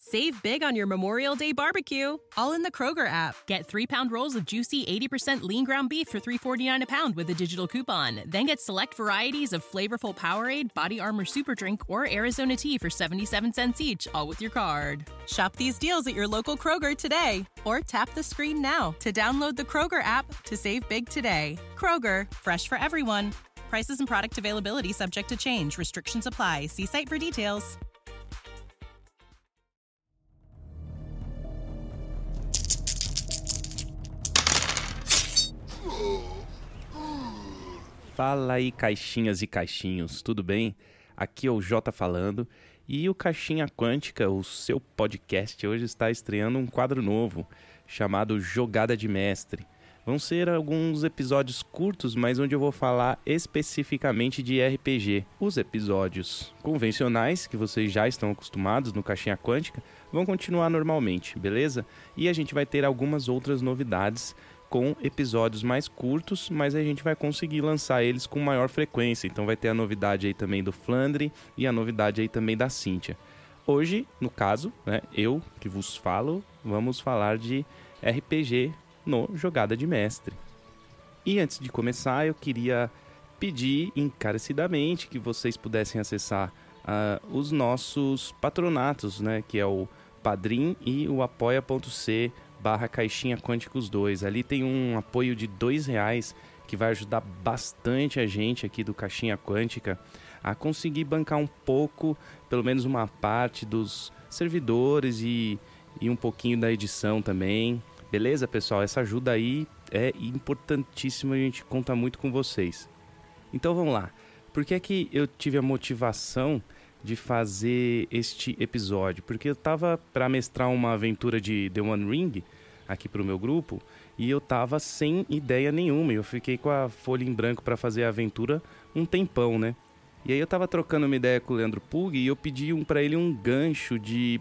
Save big on your Memorial Day barbecue, all in the Kroger app. Get 3-pound rolls of juicy 80% lean ground beef for $3.49 a pound with a digital coupon. Then get select varieties of flavorful Powerade, Body Armor Super Drink, or Arizona tea for 77 cents each, all with your card. Shop these deals at your local Kroger today, or tap the screen now to download the Kroger app to save big today. Kroger, fresh for everyone. Prices and product availability subject to change. Restrictions apply. See site for details. Fala aí, caixinhas e caixinhos, tudo bem? Aqui é o Jota falando e o Caixinha Quântica, o seu podcast, hoje está estreando um quadro novo chamado Jogada de Mestre. Vão ser alguns episódios curtos, mas onde eu vou falar especificamente de RPG. Os episódios convencionais, que vocês já estão acostumados no Caixinha Quântica, vão continuar normalmente, beleza? E a gente vai ter algumas outras novidades com episódios mais curtos, mas a gente vai conseguir lançar eles com maior frequência. Então vai ter a novidade aí também do Flandre e a novidade aí também da Cíntia. Hoje, no caso, né, eu que vos falo, vamos falar de RPG no Jogada de Mestre. E antes de começar, eu queria pedir encarecidamente que vocês pudessem acessar os nossos patronatos, né, que é o Padrim e o apoia.c/Caixinha Quânticos 2. Ali tem um apoio de R$2 que vai ajudar bastante a gente aqui do Caixinha Quântica a conseguir bancar um pouco, pelo menos uma parte dos servidores e um pouquinho da edição também. Beleza, pessoal? Essa ajuda aí é importantíssima, a gente conta muito com vocês. Então vamos lá. Por que é que eu tive a motivação de fazer este episódio? Porque eu tava para mestrar uma aventura de The One Ring aqui pro meu grupo e eu tava sem ideia nenhuma. Eu fiquei com a folha em branco para fazer a aventura um tempão, né? E aí eu tava trocando uma ideia com o Leandro Pug e eu pedi para ele um gancho de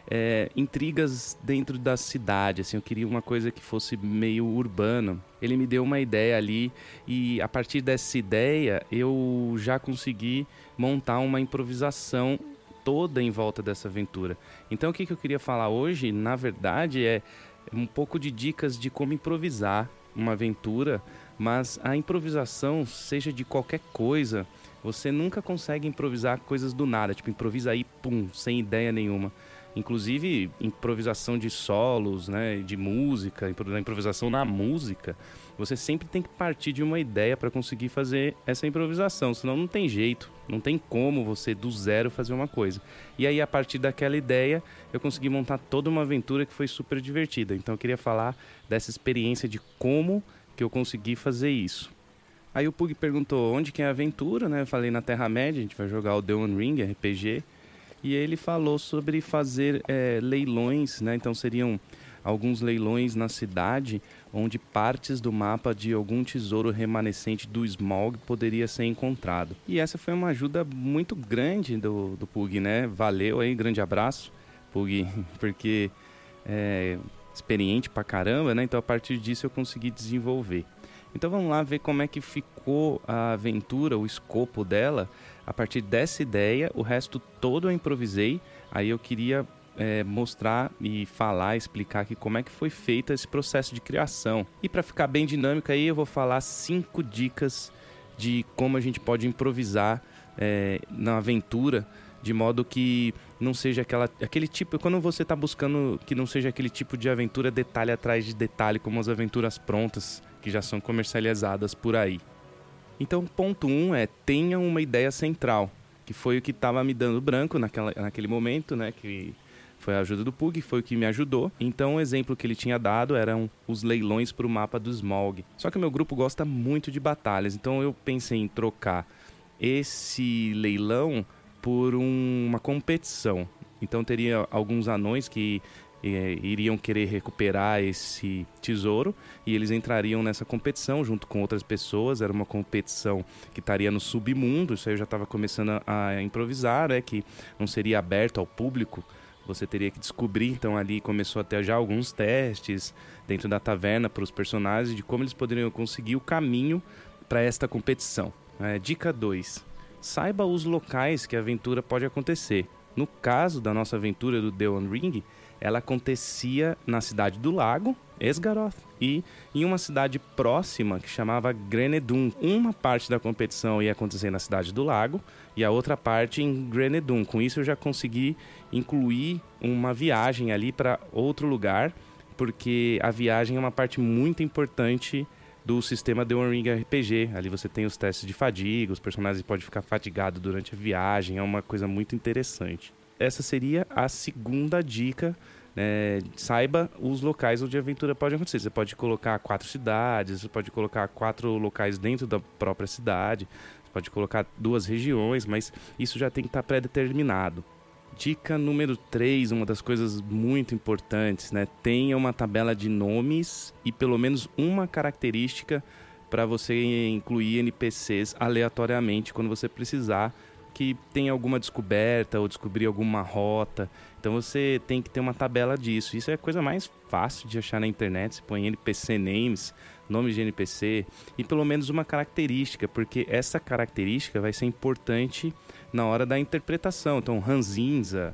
intrigas dentro da cidade, assim, eu queria uma coisa que fosse meio urbano. Ele me deu uma ideia ali e a partir dessa ideia eu já consegui montar uma improvisação toda em volta dessa aventura. Então o que eu queria falar hoje, na verdade, é um pouco de dicas de como improvisar uma aventura, mas a improvisação, seja de qualquer coisa, você nunca consegue improvisar coisas do nada, tipo, improvisa aí, pum, sem ideia nenhuma. Inclusive, improvisação de solos, né, de música, improvisação na música, você sempre tem que partir de uma ideia para conseguir fazer essa improvisação, senão não tem jeito, não tem como você do zero fazer uma coisa. E aí, a partir daquela ideia, eu consegui montar toda uma aventura que foi super divertida. Então, eu queria falar dessa experiência de como que eu consegui fazer isso. Aí o Pug perguntou onde que é a aventura, né? Eu falei na Terra-média, a gente vai jogar o The One Ring, RPG. E ele falou sobre fazer leilões, né? Então seriam alguns leilões na cidade onde partes do mapa de algum tesouro remanescente do Smaug poderia ser encontrado. E essa foi uma ajuda muito grande do Pug, né? Valeu aí, grande abraço, Pug, porque é experiente pra caramba, né? Então a partir disso eu consegui desenvolver. Então vamos lá ver como é que ficou a aventura, o escopo dela. A partir dessa ideia, o resto todo eu improvisei. Aí eu queria mostrar e falar, explicar aqui como é que foi feito esse processo de criação. E para ficar bem dinâmico aí, eu vou falar 5 dicas de como a gente pode improvisar na aventura, de modo que não seja aquele tipo... Quando você está buscando que não seja aquele tipo de aventura detalhe atrás de detalhe, como as aventuras prontas que já são comercializadas por aí. Então, ponto 1 tenha uma ideia central, que foi o que estava me dando branco naquele momento, né? Que foi a ajuda do Pug, foi o que me ajudou. Então, o exemplo que ele tinha dado eram os leilões para o mapa do Smaug. Só que o meu grupo gosta muito de batalhas, então eu pensei em trocar esse leilão por uma competição. Então, teria alguns anões que iriam querer recuperar esse tesouro e eles entrariam nessa competição junto com outras pessoas. Era uma competição que estaria no submundo. Isso aí eu já estava começando a improvisar, né? Que não seria aberto ao público, você teria que descobrir. Então ali começou a ter já alguns testes dentro da taverna para os personagens de como eles poderiam conseguir o caminho para esta competição. Dica 2: saiba os locais que a aventura pode acontecer. No caso da nossa aventura do The One Ring, ela acontecia na cidade do lago, Esgaroth, e em uma cidade próxima que chamava Grenedun. Uma parte da competição ia acontecer na cidade do lago e a outra parte em Grenedun. Com isso eu já consegui incluir uma viagem ali para outro lugar, porque a viagem é uma parte muito importante do sistema The One Ring RPG. Ali você tem os testes de fadiga, os personagens podem ficar fatigados durante a viagem, é uma coisa muito interessante. Essa seria a segunda dica, né? Saiba os locais onde a aventura pode acontecer. Você pode colocar 4 cidades, você pode colocar 4 locais dentro da própria cidade, você pode colocar 2 regiões, mas isso já tem que estar pré-determinado. Dica número 3, uma das coisas muito importantes, né? Tenha uma tabela de nomes e pelo menos uma característica para você incluir NPCs aleatoriamente quando você precisar, que tenha alguma descoberta ou descobrir alguma rota. Então você tem que ter uma tabela disso. Isso é a coisa mais fácil de achar na internet. Você põe NPC names, nome de NPC e pelo menos uma característica, porque essa característica vai ser importante na hora da interpretação. Então, ranzinza,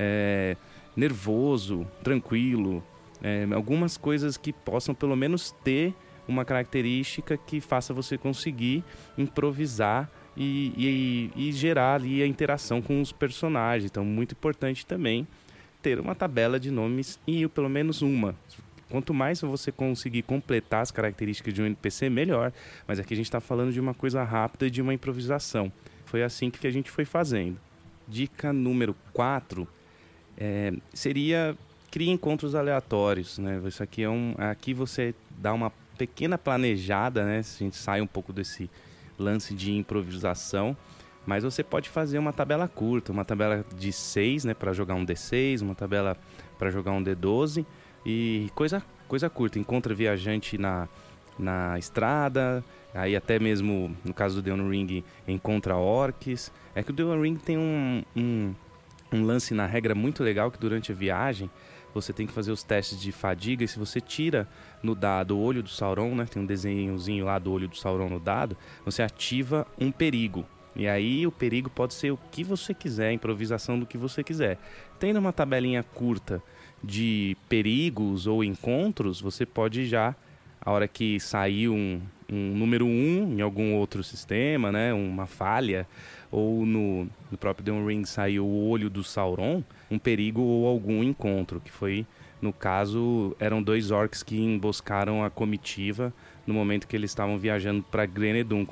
nervoso, tranquilo, algumas coisas que possam pelo menos ter uma característica que faça você conseguir improvisar e gerar ali a interação com os personagens. Então, muito importante também ter uma tabela de nomes e pelo menos uma. Quanto mais você conseguir completar as características de um NPC, melhor. Mas aqui a gente está falando de uma coisa rápida e de uma improvisação. Foi assim que a gente foi fazendo. Dica número 4 seria criar encontros aleatórios, né? Isso aqui aqui você dá uma pequena planejada, né? A gente sai um pouco desse lance de improvisação, mas você pode fazer uma tabela curta, uma tabela de 6, né, para jogar um D6, uma tabela para jogar um D12 e coisa curta. Encontra viajante na estrada, aí até mesmo no caso do The One Ring encontra orcs. É que o The One Ring tem um lance na regra muito legal, que durante a viagem você tem que fazer os testes de fadiga, e se você tira no dado o olho do Sauron, né, tem um desenhozinho lá do olho do Sauron no dado, você ativa um perigo. E aí o perigo pode ser o que você quiser, a improvisação do que você quiser. Tendo uma tabelinha curta de perigos ou encontros, você pode já, a hora que sair um número 1 em algum outro sistema, né, uma falha, ou no próprio The One Ring saiu o olho do Sauron, um perigo ou algum encontro, que foi, no caso, eram 2 orcs que emboscaram a comitiva no momento que eles estavam viajando para Grenedun,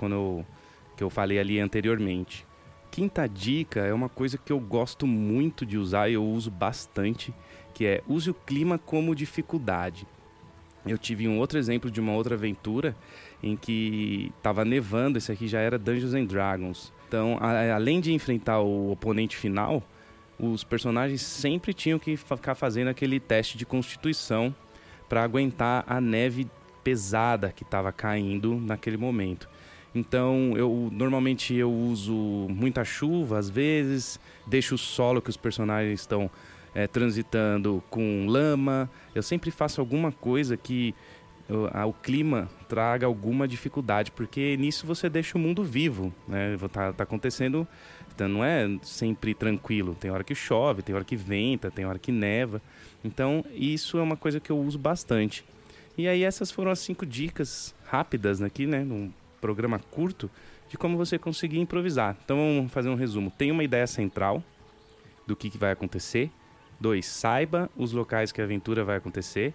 que eu falei ali anteriormente. Quinta dica é uma coisa que eu gosto muito de usar e eu uso bastante, que é use o clima como dificuldade. Eu tive um outro exemplo de uma outra aventura em que estava nevando. Esse aqui já era Dungeons and Dragons. Então, além de enfrentar o oponente final, os personagens sempre tinham que ficar fazendo aquele teste de constituição para aguentar a neve pesada que estava caindo naquele momento. Então, normalmente eu uso muita chuva, às vezes, deixo o solo que os personagens estão transitando com lama. Eu sempre faço alguma coisa que o clima traga alguma dificuldade, porque nisso você deixa o mundo vivo, né? Tá acontecendo, então não é sempre tranquilo. Tem hora que chove, tem hora que venta, tem hora que neva. Então, isso é uma coisa que eu uso bastante. E aí essas foram as 5 dicas rápidas aqui, né? Num programa curto, de como você conseguir improvisar. Então, vamos fazer um resumo. Tem uma ideia central do que vai acontecer. 2. Saiba os locais que a aventura vai acontecer.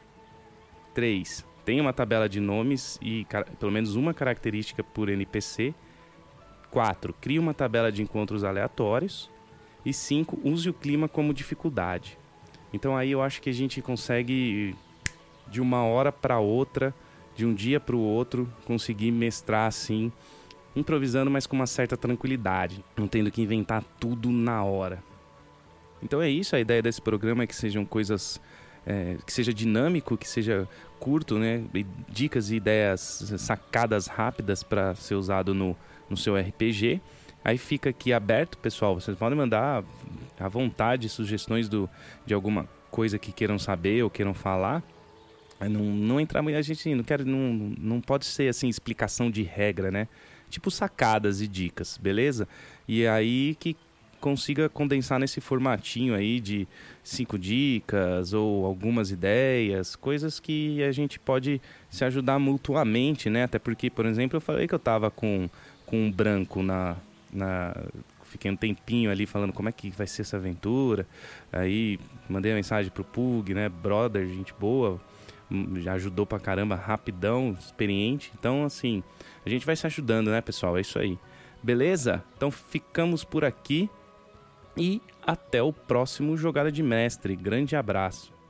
3. Tenha uma tabela de nomes e pelo menos uma característica por NPC. 4. Crie uma tabela de encontros aleatórios. E 5. Use o clima como dificuldade. Então aí eu acho que a gente consegue, de uma hora para outra, de um dia para o outro, conseguir mestrar assim, improvisando, mas com uma certa tranquilidade, não tendo que inventar tudo na hora. Então é isso, a ideia desse programa é que sejam coisas, que seja dinâmico, que seja curto, né? Dicas e ideias, sacadas rápidas para ser usado no seu RPG. Aí fica aqui aberto, pessoal, vocês podem mandar à vontade sugestões de alguma coisa que queiram saber ou queiram falar. Não entrar, a gente não pode ser assim explicação de regra, né? Tipo sacadas e dicas, beleza? E aí que consiga condensar nesse formatinho aí de 5 dicas ou algumas ideias, coisas que a gente pode se ajudar mutuamente, né? Até porque, por exemplo, eu falei que eu tava com um branco fiquei um tempinho ali falando como é que vai ser essa aventura. Aí mandei uma mensagem pro Pug, né? Brother, gente boa, já ajudou pra caramba, rapidão, experiente. Então, assim, a gente vai se ajudando, né, pessoal? É isso aí. Beleza? Então ficamos por aqui e até o próximo Jogada de Mestre. Grande abraço.